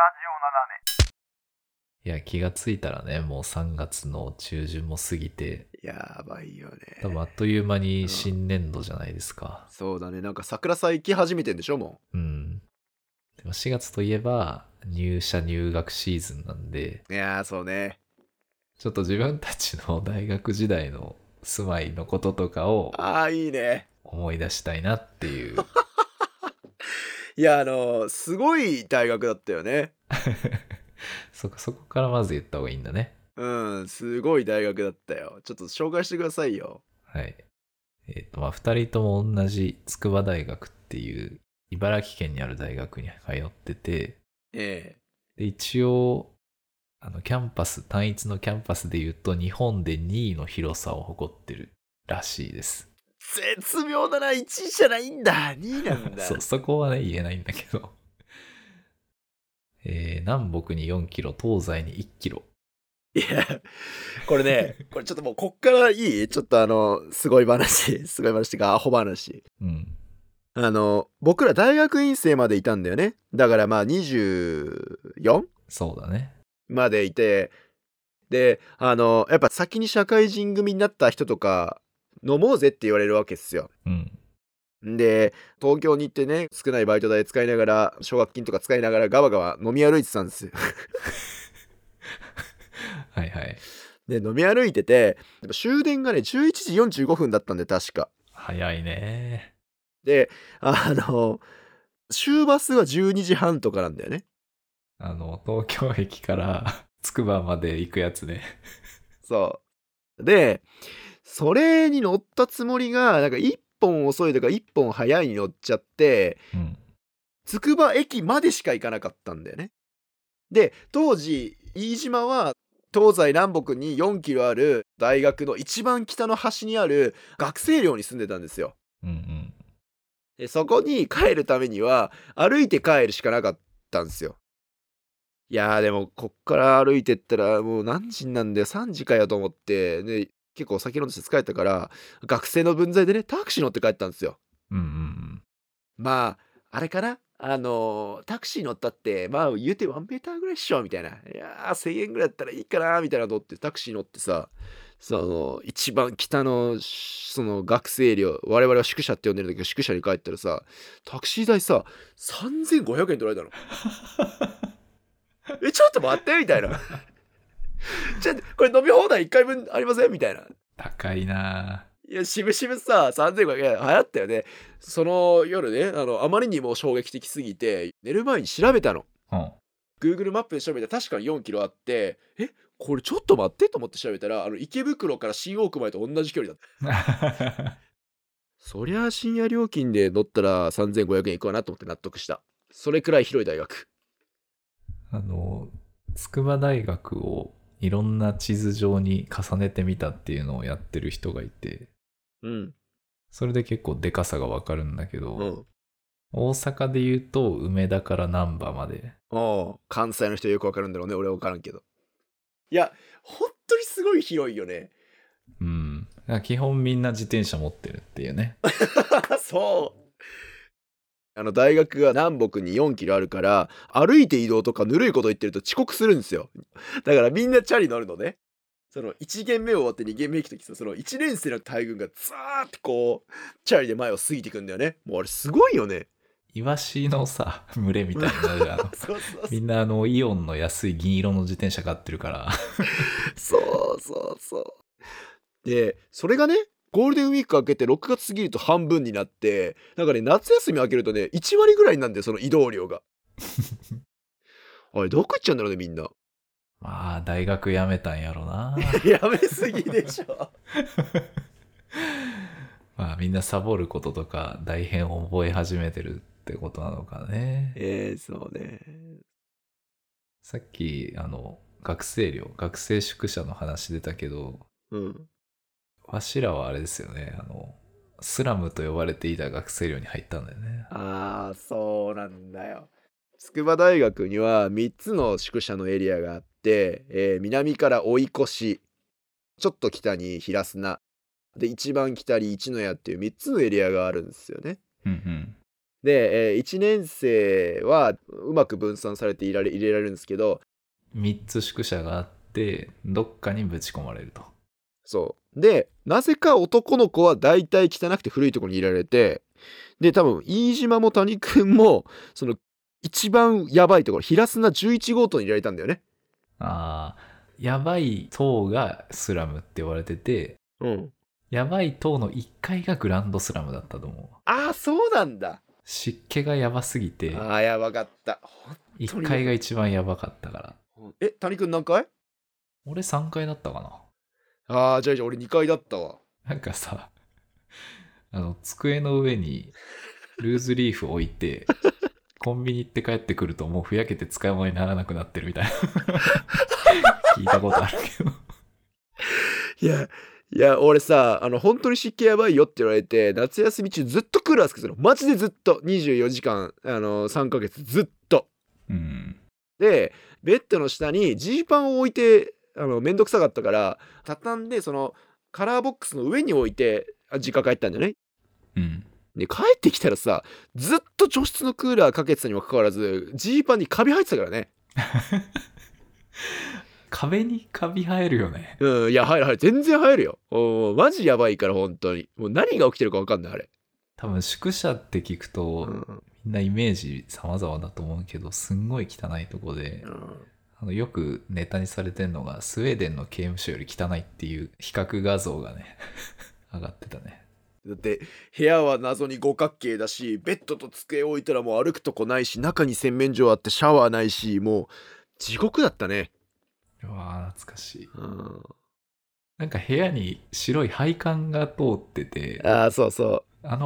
いや、気がついたらね、もう3月の中旬も過ぎて、 やばいよね。 多分あっという間に新年度じゃないですか。 そうだね。なんか桜咲き始めてんでしょもうん。でも4月といえば入社入学シーズンなんで、 う。いやー、そうね。 ちょっと自分たちの大学時代の住まいのこととかをあー、いいね。 思い出したいなっていう。 いや、すごい大学だったよね。 そこからまず言った方がいいんだね。 うん、すごい大学だったよ。ちょっと紹介してくださいよ。 はい。まあ、二人とも同じ筑波大学っていう茨城県にある大学に通ってて、 えで一応、キャンパス、単一のキャンパスで言うと日本で2位の広さを誇ってるらしいです。 絶妙だな。1位じゃないんだ。2位なんだ。 そこはね、言えないんだけど。南北に4キロ、東西に1キロ。 いや、これね、これちょっともうこっからいい？ちょっとすごい話。すごい話っていうか、アホ話。 うん。 僕ら大学院生までいたんだよね。だからまあ 24? そうだね。 までいて、で、やっぱ先に社会人組になった人とか、飲もうぜって言われるわけっすよ。 うん。 で、東京に行ってね、少ないバイト代使いながら、奨学金とか使いながらガバガバ飲み歩いてたんですよ。 はいはい。 で、飲み歩いてて、やっぱ終電がね、11時45分だったんで、確か。 早いね。 で、終バスが12時半とかなんだよね。 東京駅からつくばまで行くやつね。 そう。で、それに乗ったつもりが、なんか1本遅いとか1本早いに乗っちゃって、 うん。 つくば駅までしか行かなかったんだよね。で、当時、飯島は東西南北に4キロある大学の一番北の端にある学生寮に住んでたんですよ。 うんうん。 で、そこに帰るためには歩いて帰るしかなかったんですよ。いやーでもこっから歩いてったらもう何時なんだよ、3時かよと思って、で、結構お酒飲んで疲れたから、学生の分際でね、タクシー乗って帰ったんですよ。 うんうんうん。 まあ、あれかな、タクシー乗ったって、まあ言うて1メーターぐらいっしょみたいな。いやー1000円ぐらいだったらいいかなみたいなのってタクシー乗ってさ、一番北のその学生寮、我々は宿舎って呼んでるんだけど、宿舎に帰ったらさ、タクシー代さ3500円取られたの。ちょっと待ってみたいな。これ飲み放題1回分ありませんみたいな。 高いないや、しぶしぶさ、3500円流行ったよね。その夜ね、あまりにも衝撃的すぎて、寝る前に調べたの。 ぁ。うん。 Google マップで調べたら確かに4キロあって、これちょっと待ってと思って調べたら、池袋から新大久保までと同じ距離だった。そりゃあ深夜料金で乗ったら3500円いくわなと思って納得した。それくらい広い大学。 筑波大学をいろんな地図上に重ねてみたっていうのをやってる人がいて、 うん。 それで結構でかさがわかるんだけど、 うん。 大阪で言うと梅田から難波まで。 関西の人よくわかるんだろうね。俺はわからんけど。いや、本当にすごい広いよね。 うん。基本みんな自転車持ってるっていうね。 そう。大学が南北に4キロあるから、歩いて移動とかぬるいこと言ってると遅刻するんですよ。だからみんなチャリ乗るのね。その1限目終わって2限目行くときさ、その1年生の大群がザーってこう、チャリで前を過ぎていくんだよね。もうあれすごいよね。 イワシのさ、群れみたいになるそうそうみんなイオンの安い銀色の自転車買ってるから。 そうそうそう。で、それがね、ゴールデンウィーク明けて6月過ぎると半分になって、なんかね、夏休み明けるとね、1割ぐらいなんだよ、その移動量が。あれ、どこ行っちゃうんだろうね、みんな。 まあ、大学辞めたんやろな。 やめすぎでしょ。 まあ、みんなサボることとか大変覚え始めてるってことなのかね。 そうね。 さっき、学生寮、学生宿舎の話出たけど、 うん。 わしらはあれですよね、スラムと呼ばれていた学生寮に入ったんだよね。 ああ、そうなんだよ。筑波大学には3つの宿舎のエリアがあって、南から追い越し、ちょっと北に平砂、で、一番北に一の谷っていう3つのエリアがあるんですよね。 うんうん。 で、1年生はうまく分散されて入れられるんですけど、 3つ宿舎があって、どっかにぶち込まれると。 そうでなぜか男の子は大体汚くて古いところに入れられて、で多分飯島も谷くんもその一番やばいところ平砂11号棟に入れられたんだよね。 ああ、やばい棟がスラムって呼ばれてて、 うん。 やばい棟の1階がグランドスラムだったと思う。 ああそうなんだ。 湿気がやばすぎて、 ああやばかった。 1階が一番やばかったから。 谷くん何階？ 俺3階だったかな。 ああじゃあ俺2階だったわ。 なんかさ、机の上にルーズリーフ置いて、コンビニ行って帰ってくるともうふやけて使い物にならなくなってるみたいな聞いたことあるけど。 いや俺さ本当に湿気やばいよって言われて夏休み中ずっとクーラーつけてるの。マジでずっと24時間3ヶ月ずっと。 うん。 でベッドの下にジーパンを置いてめんどくさかったから畳んでそのカラーボックスの上に置いて実家帰ったんだよね。 うん。 で帰ってきたらさずっと除湿のクーラーかけてたにもかかわらずジーパンにカビ生えてたからね。 壁にカビ生えるよね。 うん、いや入る全然入るよ。マジやばいから本当にもう何が起きてるか分かんないあれ。 多分宿舎って聞くと、みんなイメージ様々だと思うけど、すんごい汚いとこで、よくネタにされてんのがスウェーデンの刑務所より汚いっていう比較画像がね上がってたね。 だって部屋は謎に五角形だしベッドと机置いたらもう歩くとこないし中に洗面所あってシャワーないしもう地獄だったね。 うわー懐かしい。 なんか部屋に白い配管が通ってて、 ああそうそう。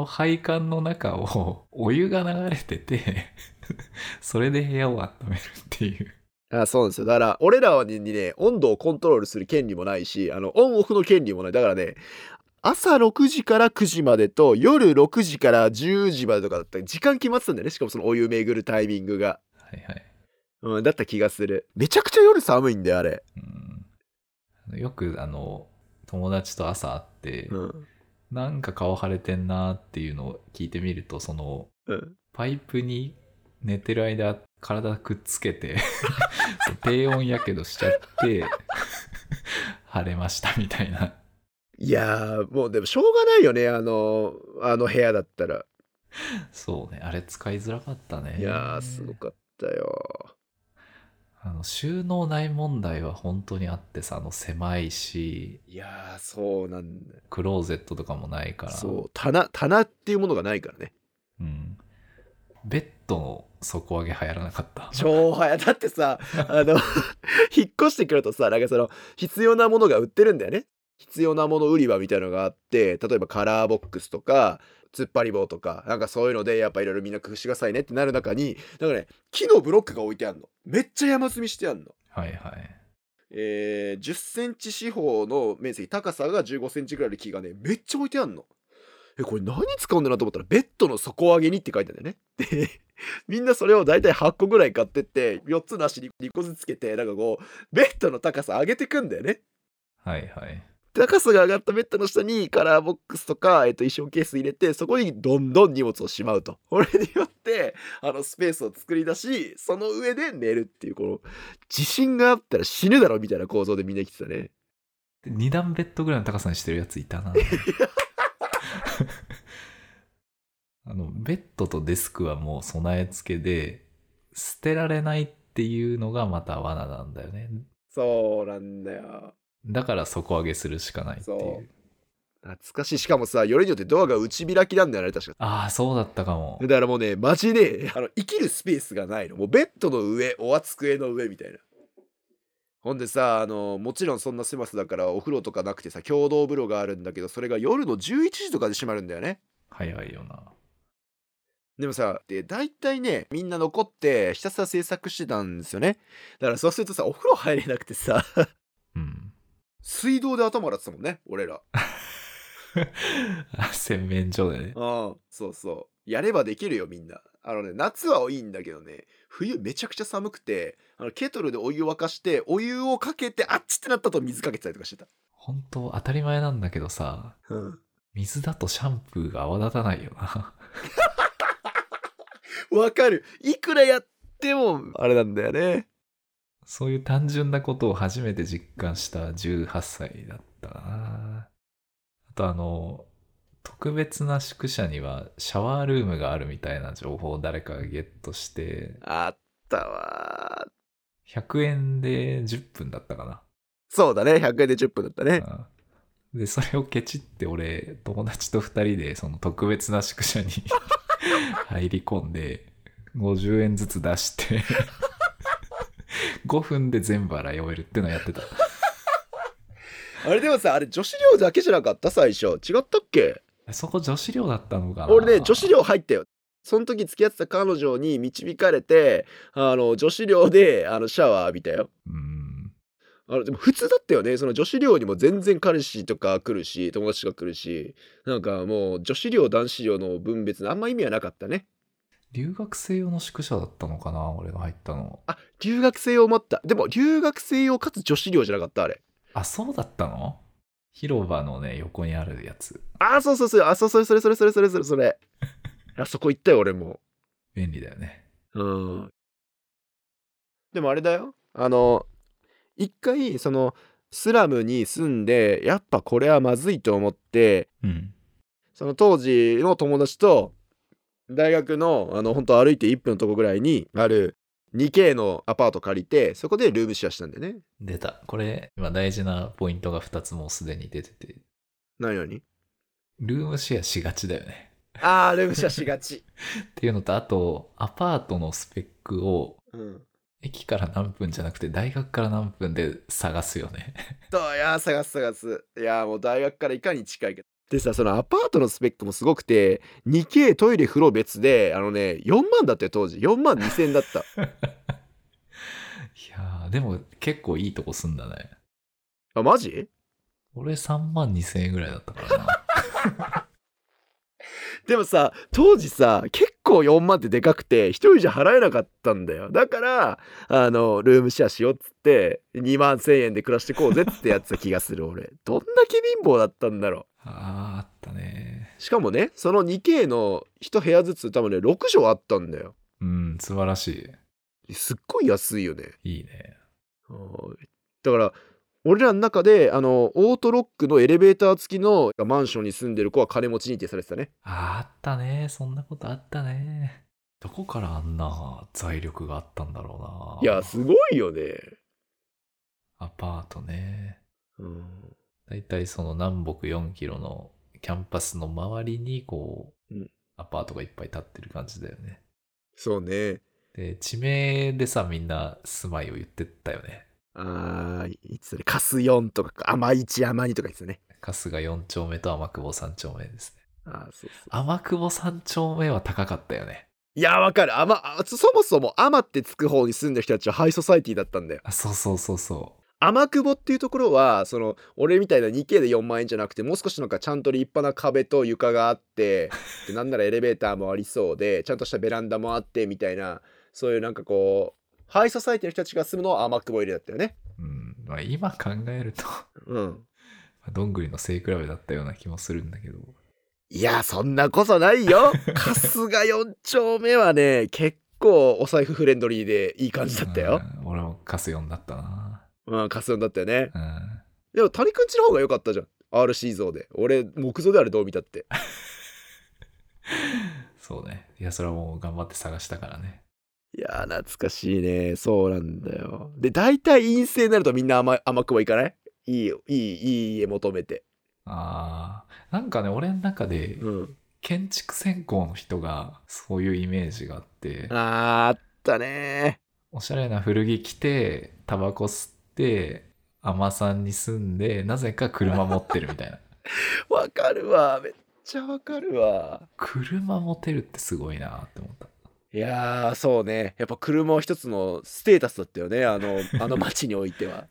配管の中をお湯が流れててそれで部屋を温めるっていう。 そうなんですよ。だから俺らにね温度をコントロールする権利もないしオンオフの権利もない。だからね朝6時から9時までと夜6時から10時までとかだったら時間決まってたんだよね。しかもそのお湯巡るタイミングが。 はいはい。 だった気がする。めちゃくちゃ夜寒いんだよあれ。 よく友達と朝会って、なんか顔腫れてんなっていうのを聞いてみると、パイプに寝てる間体くっつけて低温やけどしちゃって腫れましたみたいな。 いやーもうでもしょうがないよねあの部屋だったら。 そうね、あれ使いづらかったね。 いやーすごかったよ。 収納ない問題は本当にあってさ、狭いし、 いやーそうなんだよ。 クローゼットとかもないから。 そう棚っていうものがないからね。 ベッドの底上げ流行らなかった。 超早だってさ引っ越してくるとさなんかその必要なものが売ってるんだよね。必要なもの売り場みたいなのがあって、例えばカラーボックスとか突っ張り棒とかなんかそういうのでやっぱいろいろみんな工夫してくださいねってなる中になんかね木のブロックが置いてあんの。めっちゃ山積みしてあんの。 はいはい。 10センチ四方の面積高さが15センチぐらいの木がねめっちゃ置いてあんの。これ何使うんだなと思ったらベッドの底上げにって書いてあるんだよね。でみんなそれを大体8個ぐらい買ってって4つの足に2個ずつつけてなんかこうベッドの高さ上げてくんだよね。 はいはい。 高さが上がったベッドの下にカラーボックスとか、衣装ケース入れてそこにどんどん荷物をしまうと。これによってスペースを作り出しその上で寝るっていうこの地震があったら死ぬだろみたいな構造でみんな来てたね。 2段ベッドぐらいの高さにしてるやついたな。ベッドとデスクはもう備え付けで捨てられないっていうのがまた罠なんだよね。 そうなんだよ。 だから底上げするしかないっていう。 そう懐かしい。しかもさよりによってドアが内開きなんだよね確か。 ああそうだったかも。 だからもうねマジで生きるスペースがないの。もうベッドの上お机の上みたいな。ほんでさもちろんそんな狭さだからお風呂とかなくてさ共同風呂があるんだけどそれが夜の11時とかで閉まるんだよね。 早いよな。 でもさ大体ねみんな残ってひたすら制作してたんですよね。だからそうするとさお風呂入れなくてさ水道で頭洗ってたもんね俺ら。 洗面所でね。 そうそうやればできるよみんな。夏はいいんだけどね冬めちゃくちゃ寒くてケトルでお湯沸かしてお湯をかけてあっちってなったと水かけてたりとかしてた。 本当当たり前なんだけどさ、水だとシャンプーが泡立たないよな。 わかる。いくらやっても、あれなんだよね。 そういう単純なことを初めて実感した18歳だったな。あと特別な宿舎にはシャワールームがあるみたいな情報を誰かがゲットして、 あったわ。 100円で10分だったかな。 そうだね。100円で10分だったね。 で、それをケチって俺、友達と2人でその特別な宿舎に入り込んで、50円ずつ出して5分で全部洗い終えるってのをやってた。 あれでもさ、あれ女子寮だけじゃなかった最初。違ったっけ？ そこ女子寮だったのかな。 俺ね、女子寮入ったよ。その時付き合ってた彼女に導かれて、女子寮でシャワー浴びたよ。でも普通だったよね。その女子寮にも全然彼氏とか来るし、友達が来るし、なんかもう女子寮男子寮の分別あんま意味はなかったね。 留学生用の宿舎だったのかな、俺が入ったの。 あ、留学生用もあった。でも留学生用かつ女子寮じゃなかったあれ。 あ、そうだったの？広場のね、横にあるやつ。 あ、そうそうそう。あ、それ。あそこ行ったよ、俺も。 便利だよね。 でもあれだよ。一回、スラムに住んで、やっぱこれはまずいと思って、その当時の友達と、大学の、本当歩いて1分のとこぐらいにある 2K のアパート借りて、そこでルームシェアしたんだよね。 出た。これ、今大事なポイントが2つもうすでに出てて。 何？ ルームシェアしがちだよね。 ルームシェアしがち。 っていうのと、あと、アパートのスペックを、駅から何分じゃなくて大学から何分で探すよね。 いや、探す。いや、もう大学からいかに近いか。でさ、そのアパートのスペックもすごくて、2K トイレ風呂別で、4万だったよ、当時。4万2000円だった。 いやー、でも結構いいとこ住んだね。 あ、マジ？ 俺3万2000円ぐらいだったからな。 でもさ、当時さ、結構4万ってでかくて、一人じゃ払えなかったんだよ。だから、ルームシェアしようっつって、2万1000円で暮らしてこうぜっつってやってた気がする、俺。どんだけ貧乏だったんだろう。 あったね。 しかもね、その 2K の1部屋ずつ多分ね、6畳あったんだよ。 素晴らしい。すっごい安いよね。 いいね。 だから、俺らの中で、オートロックのエレベーター付きのマンションに住んでる子は金持ち認定されてたね。 あったね。そんなことあったね。どこからあんな財力があったんだろうな。いや、すごいよね。 アパートね。だいたいその南北4キロのキャンパスの周りにこう、アパートがいっぱい建ってる感じだよね。 そうね。 で、地名でさ、みんな住まいを言ってったよね。 いつね、カス4とか、甘1、甘2とか言ってたね。 春日4丁目と天久保3丁目ですね。 そう。 天久保3丁目は高かったよね。 いや、わかる。そもそも天ってつく方に住んでる人たちはハイソサイティだったんだよ。 そう。 天久保っていうところは、俺みたいな 2K で4万円じゃなくて、もう少しなんかちゃんと立派な壁と床があって、でなんならエレベーターもありそうで、ちゃんとしたベランダもあってみたいな、そういうなんかこう、ハイソサイティの人たちが住むのは天久保エリアだったよね。 まあ、今考えるとどんぐりの背比べだったような気もするんだけど。 いや、そんなことないよ。春日4丁目はね、結構お財布フレンドリーでいい感じだったよ。 俺もカス4だったな。 カス4だったよね。でも谷くんちの方が良かったじゃん。RC 像で。俺、木造であれどう見たって。 そうね。いや、それはもう頑張って探したからね。 いや、懐かしいね。そうなんだよ。で、大体陰性になるとみんな甘くはいかない？いい家求めて。 なんかね、俺の中で、建築専攻の人がそういうイメージがあって。 あったね。 おしゃれな古着着て、タバコ吸って、海女さんに住んで、なぜか車持ってるみたいな。 わかるわ。めっちゃわかるわ。 車持てるってすごいなって思った。 いやー、そうね。やっぱ車は一つのステータスだったよね。あの街においては。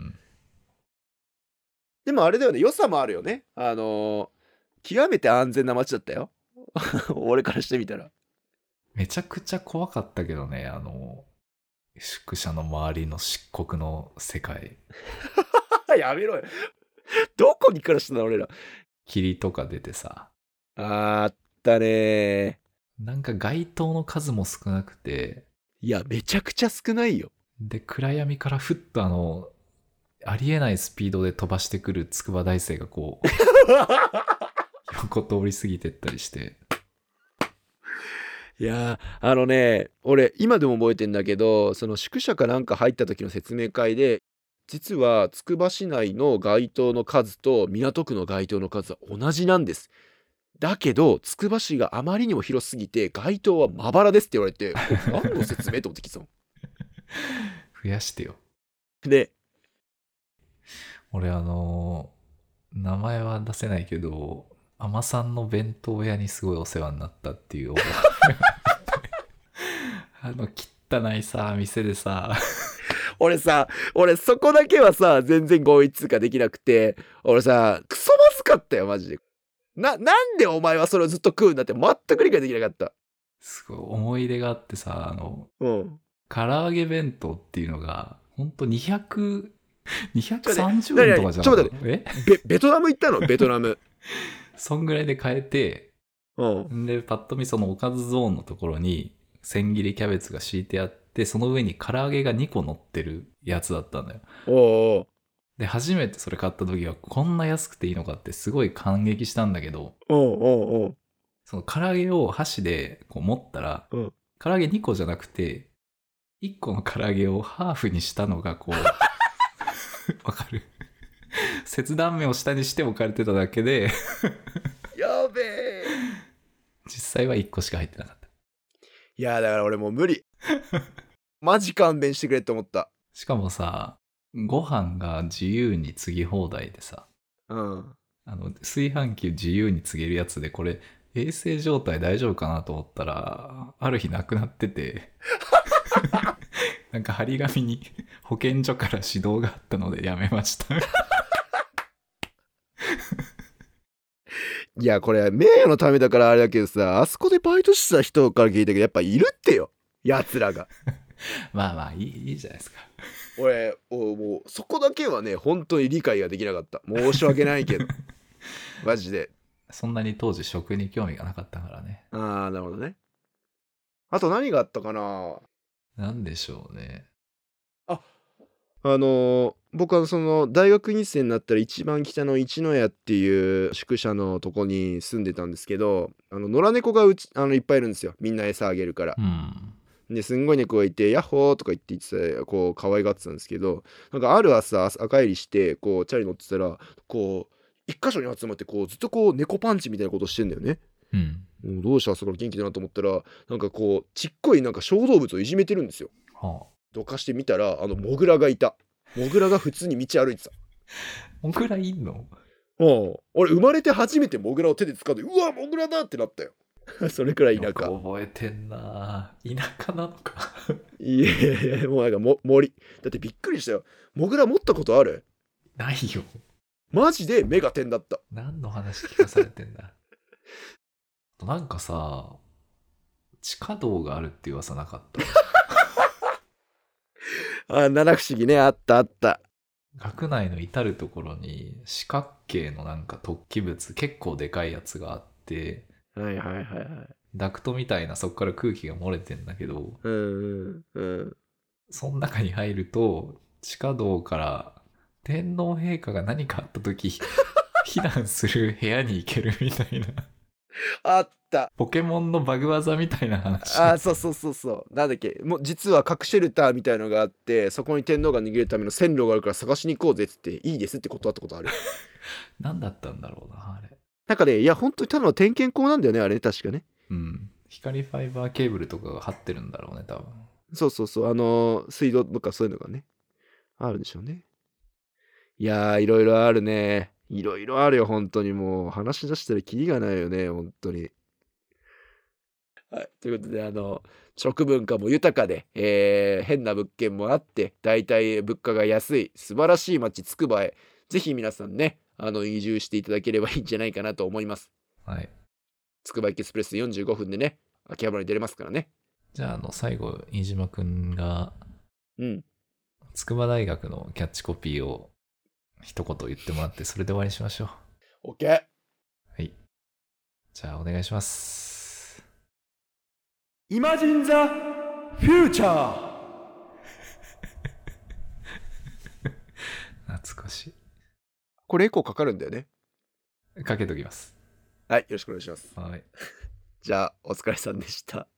でもあれだよね。良さもあるよね。極めて安全な街だったよ。俺からしてみたら。 めちゃくちゃ怖かったけどね。宿舎の周りの漆黒の世界。 やめろよ。どこに暮らしてたの俺ら。 霧とか出てさ。 あったね。 なんか街灯の数も少なくて、 いや、めちゃくちゃ少ないよ。 で、暗闇からふっとありえないスピードで飛ばしてくる筑波大生がこう、横通り過ぎてったりして。 いや俺今でも覚えてんだけど、その宿舎かなんか入った時の説明会で、実はつくば市内の街灯の数と港区の街灯の数は同じなんです。だけどつくば市があまりにも広すぎて街灯はまばらですって言われて、何の説明と思ってきたの。 増やしてよ。 で、 俺名前は出せないけど、海女さんの弁当屋にすごいお世話になったっていう汚いさ、店でさ。 俺そこだけはさ、全然合意通過できなくて、俺さ、クソまずかったよ、マジで。なんでお前はそれをずっと食うんだって全く理解できなかった。 すごい思い出があってさ、 うん。 唐揚げ弁当っていうのが、ほんと230円とかじゃん。 ちょっと待って、ベトナム行ったの？ベトナム。 そんぐらいで買えて、で、パッと見そのおかずゾーンのところに、千切りキャベツが敷いてあって、その上に唐揚げが2個乗ってるやつだったんだよ。 おうで、初めてそれ買った時は、こんな安くていいのかってすごい感激したんだけど、 おうその唐揚げを箸でこう持ったら、唐揚げ2個じゃなくて、1個の唐揚げをハーフにしたのがこう、わかる？切断面を下にして置かれてただけでやべえ。 実際は1個しか入ってなかった。 いやだから俺もう無理。マジ勘弁してくれって思った。 しかもさ、ご飯が自由に継ぎ放題でさ、炊飯器自由に継げるやつで、これ衛生状態大丈夫かなと思ったら、ある日なくなっててなんか張り紙に保健所から指導があったのでやめましたいやこれ名誉のためだからあれだけどさ、あそこでバイトした人から聞いたけどやっぱいるってよ、奴らが。 まあまあいいじゃないですか。 俺もうそこだけはね本当に理解ができなかった。申し訳ないけどマジで。 そんなに当時食に興味がなかったからね。 ああなるほどね。あと何があったかな。 なんでしょうね。 僕はその大学院生になったら一番北の一の谷っていう宿舎のとこに住んでたんですけど、野良猫がいっぱいいるんですよ。みんな餌あげるから。ですんごい猫がいて「ヤッホー」とか言ってこう可愛がってたんですけど、なんかある朝帰りしてこうチャリ乗ってたら、こう一箇所に集まってこうずっとこう猫パンチみたいなことしてんだよね。もうどうした朝から元気だなと思ったら、なんかこうちっこいなんか小動物をいじめてるんですよ。どかしてみたらモグラがいた。モグラが普通に道歩いてた。 モグラいんの？ 俺生まれて初めてモグラを手で掴んで、うわモグラだってなったよそれくらい田舎。 覚えてんな。田舎なのかいえもうなんか森だって。びっくりしたよ。モグラ持ったことある？ ないよ。 マジで目が点だった。 何の話聞かされてんだなんかさ、地下道があるって噂なかった七不思議ね。あったあった。 学内の至るところに四角形のなんか突起物結構でかいやつがあって、ダクトみたいな、そこから空気が漏れてんだけど、その中に入ると地下道から天皇陛下が何かあった時避難する部屋に行けるみたいなあった。 ポケモンのバグ技みたいな話。 そうなんだっけ。もう実は核シェルターみたいのがあって、そこに天皇が逃げるための線路があるから探しに行こうぜっつって、いいですって断ったことある。 何だったんだろうなあれ。 なんかね、いや本当にただの点検口なんだよね、あれ確かね。 光ファイバーケーブルとかが張ってるんだろうね多分。 そう水道とかそういうのがねあるでしょうね。いやーいろいろあるね。いろいろあるよ本当に。もう話し出したらキリがないよね本当に。はい、ということで食文化も豊かで、変な物件もあって大体物価が安い素晴らしい街つくばへ、ぜひ皆さんね移住していただければいいんじゃないかなと思います。 はい。 つくばエキスプレス45分でね秋葉原に出れますからね。 じゃあ最後飯島くんが筑波大学のキャッチコピーを一言言ってもらって、それで終わりにしましょう。 OK。 はい、じゃあお願いします。 イマジン・ザ・フューチャー。 懐かしこれエコーかかるんだよね。 い。かけときます。 はい、よろしくお願いします。 はい。 じゃあ、お疲れさんでした。